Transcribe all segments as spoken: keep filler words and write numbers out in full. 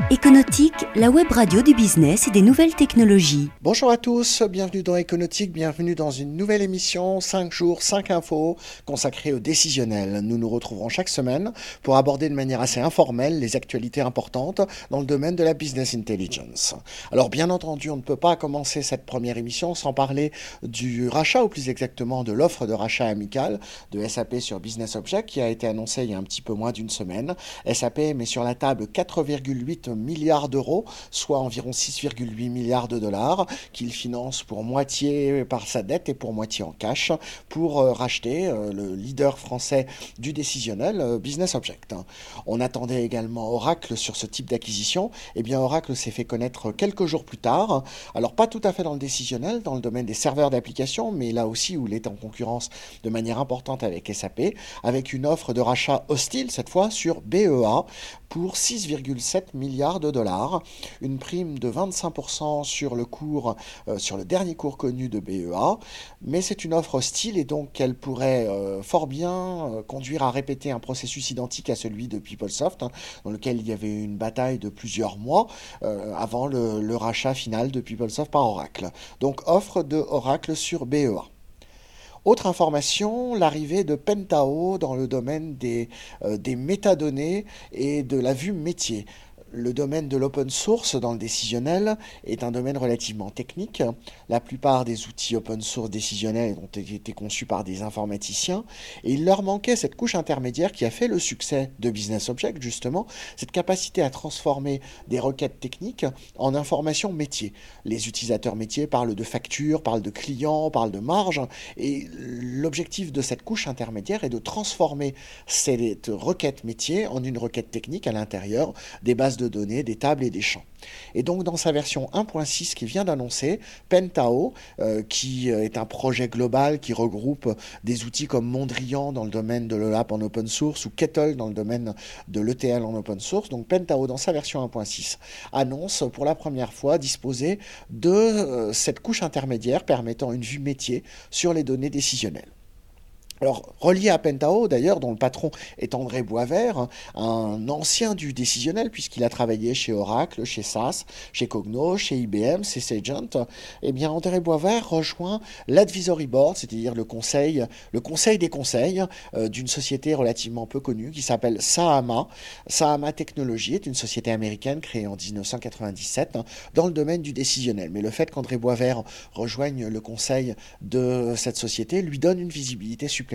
Econautique, la web radio du business et des nouvelles technologies. Bonjour à tous, bienvenue dans Econautique, bienvenue dans une nouvelle émission cinq jours, cinq infos consacrée au décisionnel. Nous nous retrouverons chaque semaine pour aborder de manière assez informelle les actualités importantes dans le domaine de la business intelligence. Alors bien entendu, on ne peut pas commencer cette première émission sans parler du rachat, ou plus exactement de l'offre de rachat amicale de S A P sur Business Object qui a été annoncée il y a un petit peu moins d'une semaine. S A P met sur la table quatre virgule huit milliards d'euros, soit environ six virgule huit milliards de dollars, qu'il finance pour moitié par sa dette et pour moitié en cash, pour euh, racheter euh, le leader français du décisionnel, euh, Business Object. On attendait également Oracle sur ce type d'acquisition. Eh bien, Oracle s'est fait connaître quelques jours plus tard. Alors, pas tout à fait dans le décisionnel, dans le domaine des serveurs d'application, mais là aussi où il est en concurrence de manière importante avec S A P, avec une offre de rachat hostile, cette fois sur B E A, pour six virgule sept milliards de dollars, une prime de vingt-cinq pour cent sur le cours, euh, sur le dernier cours connu de B E A, mais c'est une offre hostile et donc elle pourrait euh, fort bien euh, conduire à répéter un processus identique à celui de PeopleSoft, hein, dans lequel il y avait eu une bataille de plusieurs mois euh, avant le, le rachat final de PeopleSoft par Oracle. Donc offre de Oracle sur B E A. Autre information, l'arrivée de Pentao dans le domaine des, euh, des métadonnées et de la vue métier. Le domaine de l'open source dans le décisionnel est un domaine relativement technique. La plupart des outils open source décisionnels ont été conçus par des informaticiens et il leur manquait cette couche intermédiaire qui a fait le succès de Business Object, justement, cette capacité à transformer des requêtes techniques en informations métiers. Les utilisateurs métiers parlent de factures, parlent de clients, parlent de marge, et l'objectif de cette couche intermédiaire est de transformer cette requête métier en une requête technique à l'intérieur des bases de données, des tables et des champs. Et donc dans sa version un point six qui vient d'annoncer, Pentao, euh, qui est un projet global qui regroupe des outils comme Mondrian dans le domaine de l'E L A P en open source ou Kettle dans le domaine de l'E T L en open source. Donc Pentao dans sa version un point six annonce pour la première fois disposer de euh, cette couche intermédiaire permettant une vue métier sur les données décisionnelles. Alors, relié à Pentao, d'ailleurs, dont le patron est André Boisvert, un ancien du décisionnel, puisqu'il a travaillé chez Oracle, chez S A S, chez Cognos, chez I B M, chez Sagent, eh bien, André Boisvert rejoint l'Advisory Board, c'est-à-dire le conseil, le conseil des conseils euh, d'une société relativement peu connue qui s'appelle Sahama. Sahama Technology est une société américaine créée en dix-neuf cent quatre-vingt-dix-sept hein, dans le domaine du décisionnel. Mais le fait qu'André Boisvert rejoigne le conseil de cette société lui donne une visibilité supplémentaire.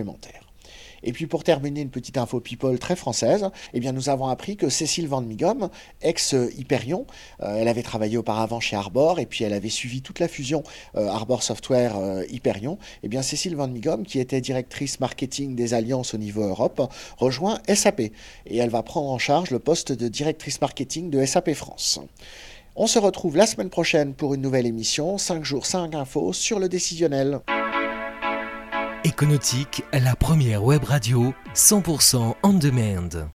Et puis pour terminer, une petite info people très française, eh bien nous avons appris que Cécile Van Migom, ex-Hyperion, euh, elle avait travaillé auparavant chez Arbor et puis elle avait suivi toute la fusion euh, Arbor Software euh, Hyperion. Eh bien Cécile Van Migom, qui était directrice marketing des alliances au niveau Europe, rejoint S A P et elle va prendre en charge le poste de directrice marketing de S A P France. On se retrouve la semaine prochaine pour une nouvelle émission, cinq jours, cinq infos sur le décisionnel. Econautique, la première web radio cent pour cent on demand.